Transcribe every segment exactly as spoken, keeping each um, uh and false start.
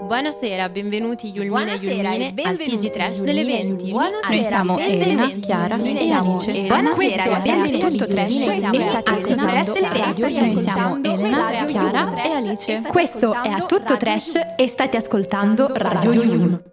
Buonasera, benvenuti Yulmine e Yulmine al T G Trash delle venti. Noi siamo Elena, Chiara e Alice. Buonasera, benvenuti tutto Trash e state ascoltando Radio Yulmine. Noi siamo Elena, Chiara e Alice. Questo è A Tutto Trash e state ascoltando Radio Yulmine.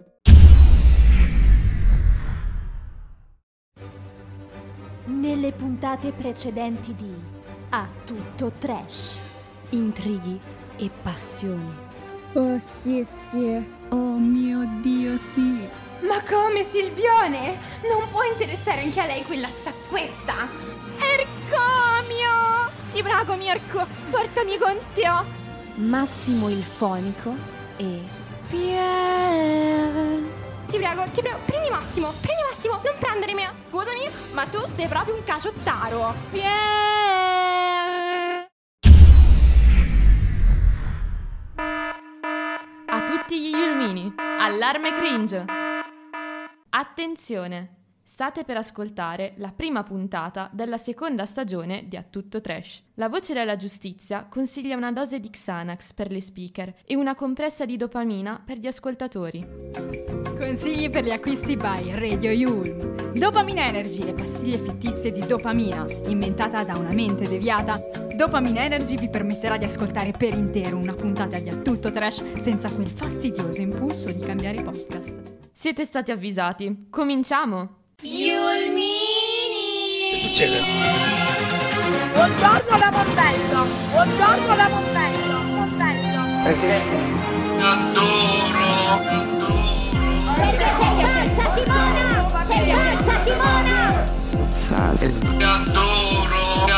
Nelle puntate precedenti di A Tutto Trash. Intrighi e passioni. Oh sì sì, oh mio Dio sì. Ma come Silvione? Non può interessare anche a lei quella sciacquetta? Ercomio! Ti prego Mirko, portami con te. Massimo il Fonico e Pierre. Ti prego, ti prego, prendi Massimo, prendi Massimo, non prendere me. Scusami, ma tu sei proprio un caciottaro. Pierre. A tutti gli Yulmini, allarme cringe! Attenzione! State per ascoltare la prima puntata della seconda stagione di A Tutto Trash. La Voce della Giustizia consiglia una dose di Xanax per le speaker e una compressa di dopamina per gli ascoltatori. Consigli per gli acquisti by Radio Yulm. Dopamine Energy, le pastiglie fittizie di dopamina, inventata da una mente deviata. Dopamine Energy vi permetterà di ascoltare per intero una puntata di A Tutto Trash senza quel fastidioso impulso di cambiare podcast. Siete stati avvisati. Cominciamo! Yulmini! Che succede? Buongiorno la Mondello! Buongiorno la Mondello! Mondello! Presidente! Adoro! Adoro! Perché sei pazza Simona! Sei pazza Simona! Adoro!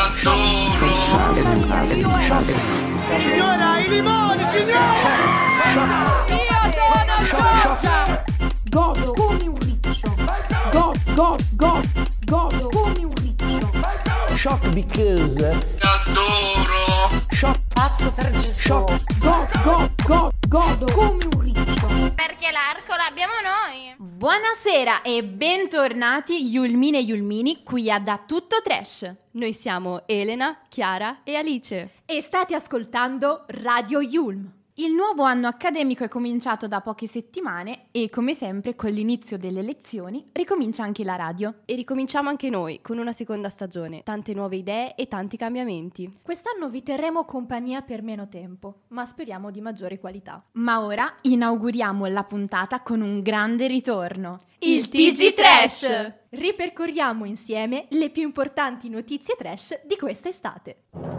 Adoro! Signora, i limoni, signora! Io sono Giorgia! Godo come un riccio! God, God, God, godo come un riccio! Shock because Adoro! Shock Pazzo per Gesù! Shock God, God, God, godo come un riccio! Perché l'arco l'abbiamo noi! Buonasera e bentornati Yulmine e Yulmini qui ad A Tutto Trash. Noi siamo Elena, Chiara e Alice. E state ascoltando Radio Yulm. Il nuovo anno accademico è cominciato da poche settimane e, come sempre, con l'inizio delle lezioni, ricomincia anche la radio. E ricominciamo anche noi con una seconda stagione, tante nuove idee e tanti cambiamenti. Quest'anno vi terremo compagnia per meno tempo, ma speriamo di maggiore qualità. Ma ora inauguriamo la puntata con un grande ritorno. Il T G Trash! Ripercorriamo insieme le più importanti notizie trash di questa estate.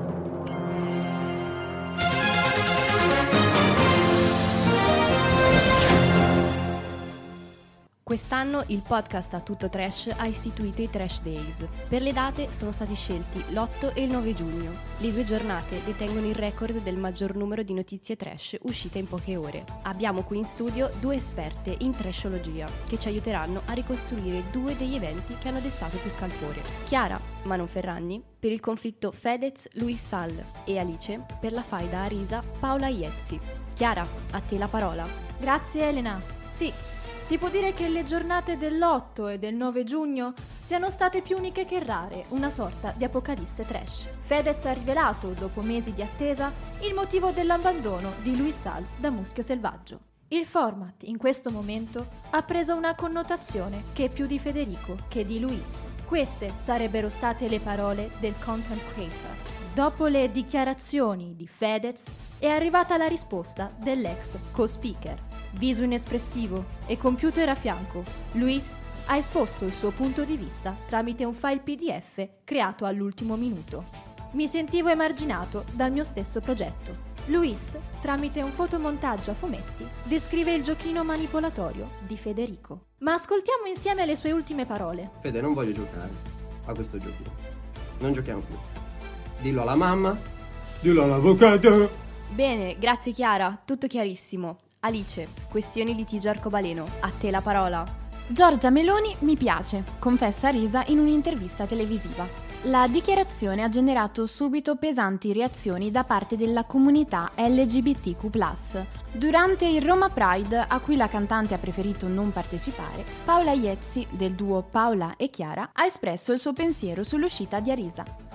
Quest'anno il podcast A Tutto Trash ha istituito i Trash Days. Per le date sono stati scelti l'otto e il nove giugno. Le due giornate detengono il record del maggior numero di notizie trash uscite in poche ore. Abbiamo qui in studio due esperte in trashologia che ci aiuteranno a ricostruire due degli eventi che hanno destato più scalpore. Chiara, ma non Ferragni, per il conflitto Fedez-Luis Sall e Alice per la faida Arisa Paola Iezzi. Chiara, a te la parola. Grazie Elena. Sì, si può dire che le giornate dell'otto e del nove giugno siano state più uniche che rare, una sorta di apocalisse trash. Fedez ha rivelato, dopo mesi di attesa, il motivo dell'abbandono di Luis Sall da Muschio Selvaggio. Il format, in questo momento, ha preso una connotazione che è più di Federico che di Luis. Queste sarebbero state le parole del content creator. Dopo le dichiarazioni di Fedez, è arrivata la risposta dell'ex co-speaker. Viso inespressivo e computer a fianco, Luis ha esposto il suo punto di vista tramite un file P D F creato all'ultimo minuto. Mi sentivo emarginato dal mio stesso progetto. Luis, tramite un fotomontaggio a fumetti, descrive il giochino manipolatorio di Federico. Ma ascoltiamo insieme le sue ultime parole. Fede, non voglio giocare a questo giochino. Non giochiamo più. Dillo alla mamma, dillo all'avvocato. Bene, grazie Chiara, tutto chiarissimo. Alice, questioni litigio arcobaleno, a te la parola. Giorgia Meloni mi piace, confessa Arisa in un'intervista televisiva. La dichiarazione ha generato subito pesanti reazioni da parte della comunità L G B T Q plus. Durante il Roma Pride, a cui la cantante ha preferito non partecipare, Paola Iezzi, del duo Paola e Chiara, ha espresso il suo pensiero sull'uscita di Arisa.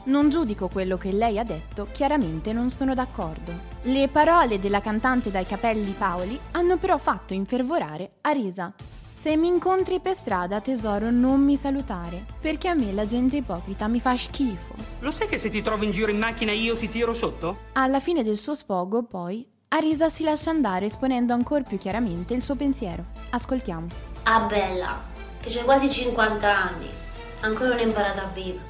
Non giudico quello che lei ha detto, chiaramente non sono d'accordo. Le parole della cantante dai capelli Paoli hanno però fatto infervorare Arisa. Se mi incontri per strada, tesoro, non mi salutare, perché a me la gente ipocrita mi fa schifo. Lo sai che se ti trovo in giro in macchina io ti tiro sotto? Alla fine del suo sfogo, poi, Arisa si lascia andare esponendo ancora più chiaramente il suo pensiero. Ascoltiamo. Ah bella, che c'è quasi cinquanta anni, ancora non hai imparato a vivere.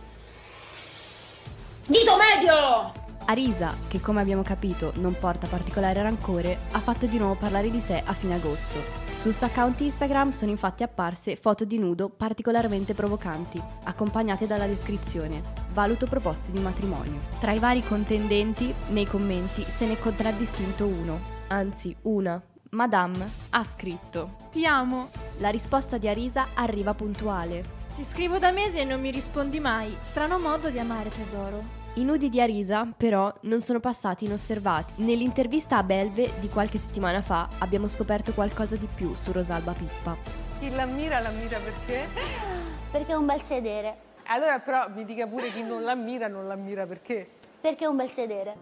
Dito medio! Arisa, che come abbiamo capito non porta particolare rancore, ha fatto di nuovo parlare di sé a fine agosto. Sul suo account Instagram sono infatti apparse foto di nudo particolarmente provocanti, accompagnate dalla descrizione: valuto proposte di matrimonio. Tra i vari contendenti, nei commenti se ne è contraddistinto uno, anzi una. Madame ha scritto: Ti amo. La risposta di Arisa arriva puntuale. Ti scrivo da mesi e non mi rispondi mai. Strano modo di amare, tesoro. I nudi di Arisa, però, non sono passati inosservati. Nell'intervista a Belve di qualche settimana fa abbiamo scoperto qualcosa di più su Rosalba Pippa. Chi l'ammira, l'ammira perché? Perché è un bel sedere. Allora però mi dica pure chi non l'ammira, non l'ammira perché? Perché è un bel sedere.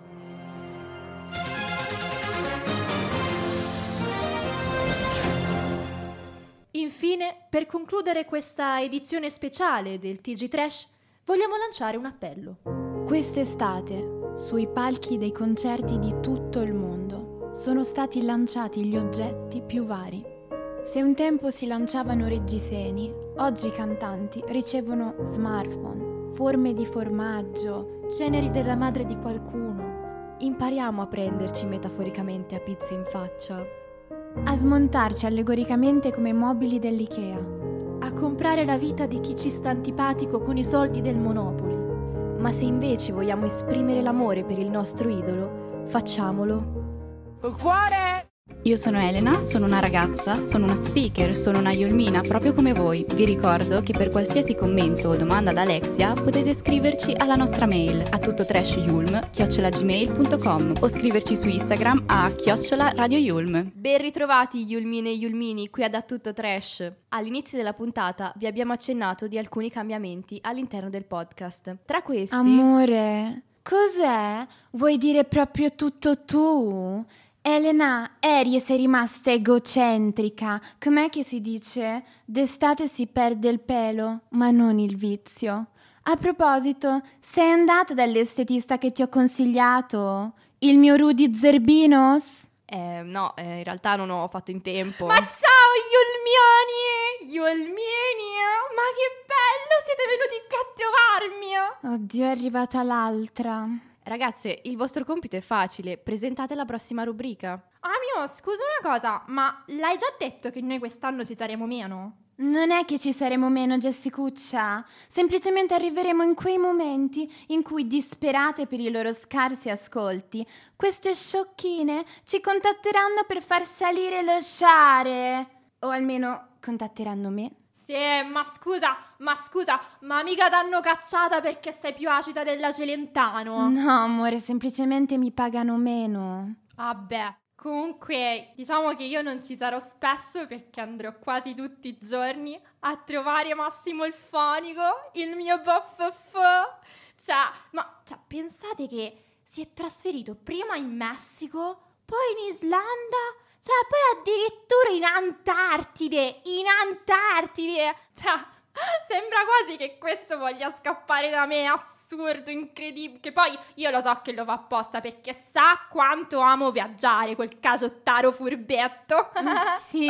Infine, per concludere questa edizione speciale del T G Trash, vogliamo lanciare un appello. Quest'estate, sui palchi dei concerti di tutto il mondo, sono stati lanciati gli oggetti più vari. Se un tempo si lanciavano reggiseni, oggi i cantanti ricevono smartphone, forme di formaggio, ceneri della madre di qualcuno. Impariamo a prenderci metaforicamente a pizza in faccia, a smontarci allegoricamente come mobili dell'Ikea, a comprare la vita di chi ci sta antipatico con i soldi del Monopoli. Ma se invece vogliamo esprimere l'amore per il nostro idolo, facciamolo. Col cuore! Io sono Elena, sono una ragazza, sono una speaker, sono una Yulmina proprio come voi. Vi ricordo che per qualsiasi commento o domanda ad Alexia potete scriverci alla nostra mail a tuttotrashyulm chiocciola gmail punto com o scriverci su Instagram a chiocciola Radio Yulm. Ben ritrovati Yulmine e Yulmini qui ad A Tutto Trash. All'inizio della puntata vi abbiamo accennato di alcuni cambiamenti all'interno del podcast. Tra questi... Amore, cos'è? Vuoi dire proprio tutto tu? Elena, eri e sei rimasta egocentrica. Com'è che si dice? D'estate si perde il pelo, ma non il vizio. A proposito, sei andata dall'estetista che ti ho consigliato? Il mio Rudy Zerbinos? Eh, no, eh, in realtà non ho fatto in tempo. Ma ciao Yulmiani! Yulmiani! Ma che bello, siete venuti qui a trovarmi! Oddio, è arrivata l'altra. Ragazze, il vostro compito è facile, presentate la prossima rubrica. Ah mio, scusa una cosa, ma l'hai già detto che noi quest'anno ci saremo meno? Non è che ci saremo meno, Jessicuccia. Semplicemente arriveremo in quei momenti in cui, disperate per i loro scarsi ascolti, queste sciocchine ci contatteranno per far salire lo share. O almeno contatteranno me. Sì, ma scusa, ma scusa, ma mica t'hanno cacciata perché sei più acida della Celentano? No, amore, semplicemente mi pagano meno. Vabbè, comunque diciamo che io non ci sarò spesso perché andrò quasi tutti i giorni a trovare Massimo il Fonico, il mio buffo. Cioè, ma cioè, pensate che si è trasferito prima in Messico, poi in Islanda... Cioè, poi addirittura in Antartide, in Antartide! Cioè, sembra quasi che questo voglia scappare da me, assurdo, incredibile. Che poi io lo so che lo fa apposta perché sa quanto amo viaggiare, quel caciottaro furbetto. Sì,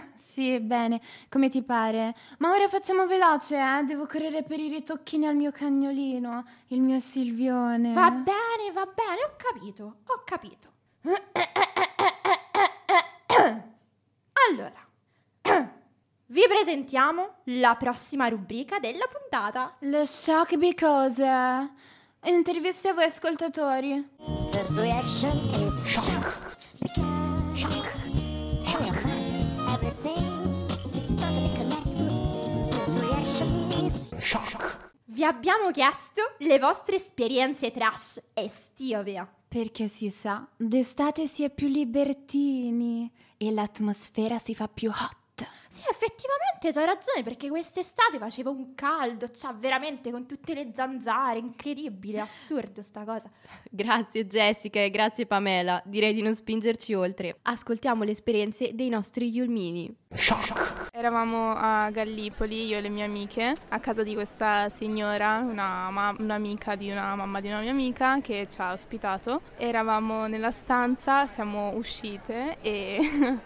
sì, bene, come ti pare. Ma ora facciamo veloce, eh? Devo correre per i ritocchini al mio cagnolino, il mio Silvione. Va bene, va bene, ho capito, ho capito. Allora, vi presentiamo la prossima rubrica della puntata. Lo shock because interviste a voi ascoltatori. First reaction is shock. Shock. Everything is totally connected. First reaction is shock. Vi abbiamo chiesto le vostre esperienze trash estive. Perché si sa, d'estate si è più libertini e l'atmosfera si fa più hot. Sì, effettivamente c'hai ragione, perché quest'estate faceva un caldo, cioè veramente con tutte le zanzare, incredibile, assurdo sta cosa. Grazie Jessica e grazie Pamela, direi di non spingerci oltre. Ascoltiamo le esperienze dei nostri Yulmini. Shock! Eravamo a Gallipoli, io e le mie amiche, a casa di questa signora, una ma- un'amica di una mamma di una mia amica che ci ha ospitato. Eravamo nella stanza, siamo uscite e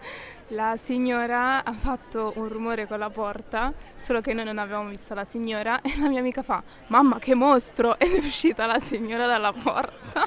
la signora ha fatto un rumore con la porta, solo che noi non avevamo visto la signora e la mia amica fa «Mamma, che mostro!» ed è uscita la signora dalla porta.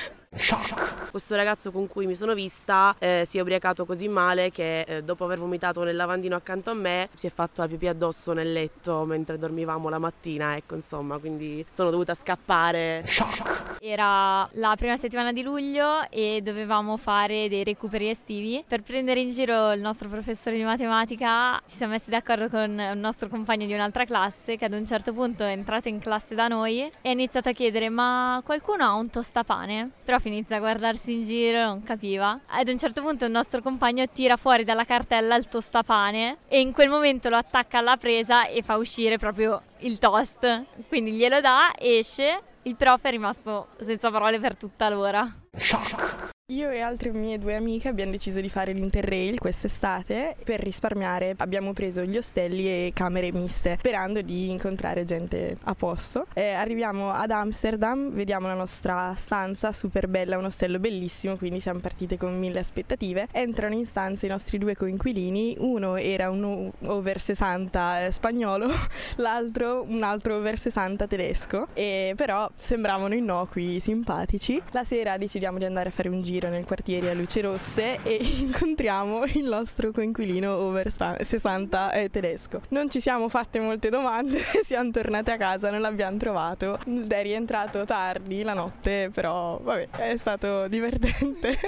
Shock. Questo ragazzo con cui mi sono vista eh, si è ubriacato così male che eh, dopo aver vomitato nel lavandino accanto a me si è fatto la pipì addosso nel letto mentre dormivamo la mattina, ecco, insomma, quindi sono dovuta scappare. Shock. Era la prima settimana di luglio e dovevamo fare dei recuperi estivi. Per prendere in giro il nostro professore di matematica ci siamo messi d'accordo con un nostro compagno di un'altra classe che ad un certo punto è entrato in classe da noi e ha iniziato a chiedere «Ma qualcuno ha un tostapane?» Però inizia a guardarsi in giro, non capiva. Ad un certo punto il nostro compagno tira fuori dalla cartella il tostapane e in quel momento lo attacca alla presa e fa uscire proprio il toast. Quindi glielo dà, esce, il prof è rimasto senza parole per tutta l'ora. Shock! Io e altre mie due amiche abbiamo deciso di fare l'Interrail quest'estate. Per risparmiare abbiamo preso gli ostelli e camere miste, sperando di incontrare gente a posto. Eh, arriviamo ad Amsterdam, vediamo la nostra stanza super bella, un ostello bellissimo, quindi siamo partite con mille aspettative. Entrano in stanza i nostri due coinquilini, uno era un over sessanta spagnolo, l'altro un altro over sessanta tedesco, e però sembravano innocui, simpatici. La sera decidiamo di andare a fare un giro nel quartiere a luci rosse e incontriamo il nostro coinquilino over sessanta eh, tedesco. Non ci siamo fatte molte domande, siamo tornate a casa, non l'abbiamo trovato ed è rientrato tardi la notte, però vabbè, è stato divertente.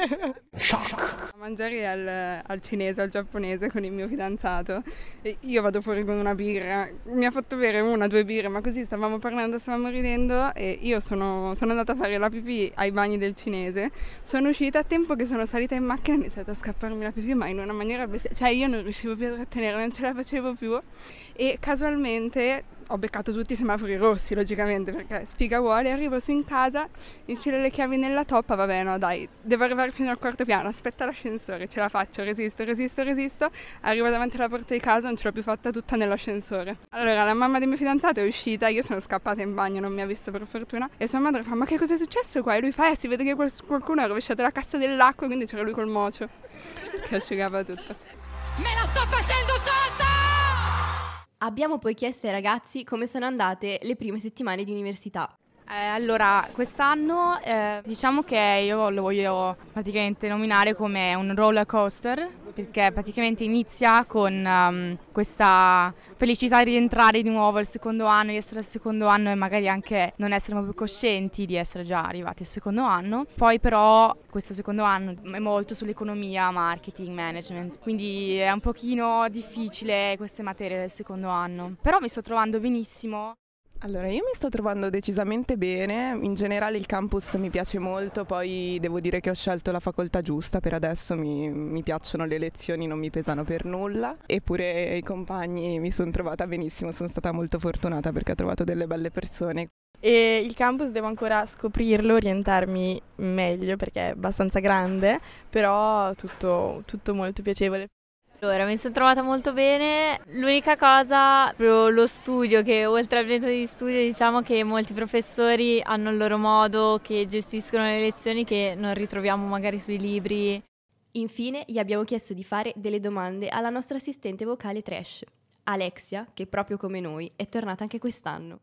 Shock! Mangiare al, al cinese, al giapponese con il mio fidanzato e io vado fuori con una birra, mi ha fatto bere una, due birre, ma così stavamo parlando, stavamo ridendo e io sono, sono andata a fare la pipì ai bagni del cinese, sono uscita a tempo che sono salita in macchina e ho iniziato a scapparmi la pipì, ma in una maniera bestiale, cioè io non riuscivo più a trattenere, non ce la facevo più e casualmente ho beccato tutti i semafori rossi, logicamente, perché sfiga vuole, arrivo su in casa, infilo le chiavi nella toppa, vabbè no dai, devo arrivare fino al quarto piano, aspetta l'ascensore, ce la faccio, resisto, resisto, resisto, arrivo davanti alla porta di casa, non ce l'ho più fatta tutta nell'ascensore. Allora la mamma del mio fidanzato è uscita, io sono scappata in bagno, non mi ha visto per fortuna, e sua madre fa, ma che cosa è successo qua? E lui fa, eh si vede che qualcuno ha rovesciato la cassa dell'acqua, quindi c'era lui col mocio, che asciugava tutto. Me la sto facendo sotto! Abbiamo poi chiesto ai ragazzi come sono andate le prime settimane di università. Eh, allora, quest'anno eh, diciamo che io lo voglio praticamente nominare come un roller coaster, perché praticamente inizia con um, questa felicità di rientrare di nuovo al secondo anno, di essere al secondo anno e magari anche non essere proprio coscienti di essere già arrivati al secondo anno. Poi però questo secondo anno è molto sull'economia, marketing, management, quindi è un pochino difficile queste materie del secondo anno, però mi sto trovando benissimo. Allora, io mi sto trovando decisamente bene, in generale il campus mi piace molto, poi devo dire che ho scelto la facoltà giusta, per adesso mi, mi piacciono le lezioni, non mi pesano per nulla, eppure i compagni mi sono trovata benissimo, sono stata molto fortunata perché ho trovato delle belle persone. E il campus devo ancora scoprirlo, orientarmi meglio perché è abbastanza grande, però tutto, tutto molto piacevole. Allora, mi sono trovata molto bene, l'unica cosa, proprio lo studio, che oltre al metodo di studio diciamo che molti professori hanno il loro modo, che gestiscono le lezioni che non ritroviamo magari sui libri. Infine gli abbiamo chiesto di fare delle domande alla nostra assistente vocale trash, Alexia, che proprio come noi è tornata anche quest'anno.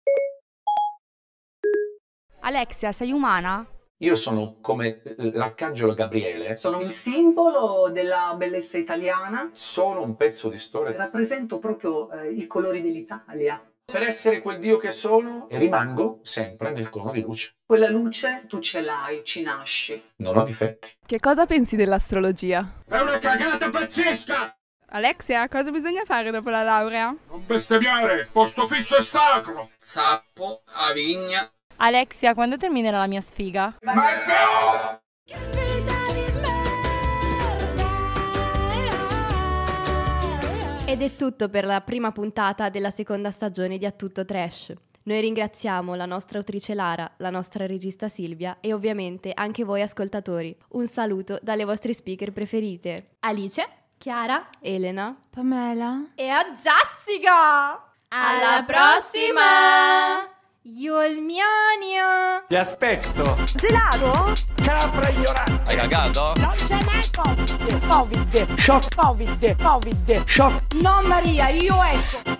Alexia, sei umana? Io sono come l'arcangelo Gabriele. Sono il simbolo della bellezza italiana. Sono un pezzo di storia. Rappresento proprio eh, i colori dell'Italia. Per essere quel Dio che sono, rimango sempre nel cono di luce. Quella luce tu ce l'hai, ci nasci. Non ho difetti. Che cosa pensi dell'astrologia? È una cagata pazzesca! Alexia, cosa bisogna fare dopo la laurea? Non bestemmiare, posto fisso e sacro! Sappo, a vigna. Alexia, quando terminerà la mia sfiga? Ma è più! Ed è tutto per la prima puntata della seconda stagione di A Tutto Trash. Noi ringraziamo la nostra autrice Lara, la nostra regista Silvia e ovviamente anche voi ascoltatori. Un saluto dalle vostre speaker preferite: Alice, Chiara, Elena, Pamela e a Jessica! Alla prossima! Yolmiania! Ti aspetto! Gelato? Capra ignorante! Hai cagato? Non ce n'è Covid! Covid! Shock! Covid! Covid! Shock! No Maria, io esco!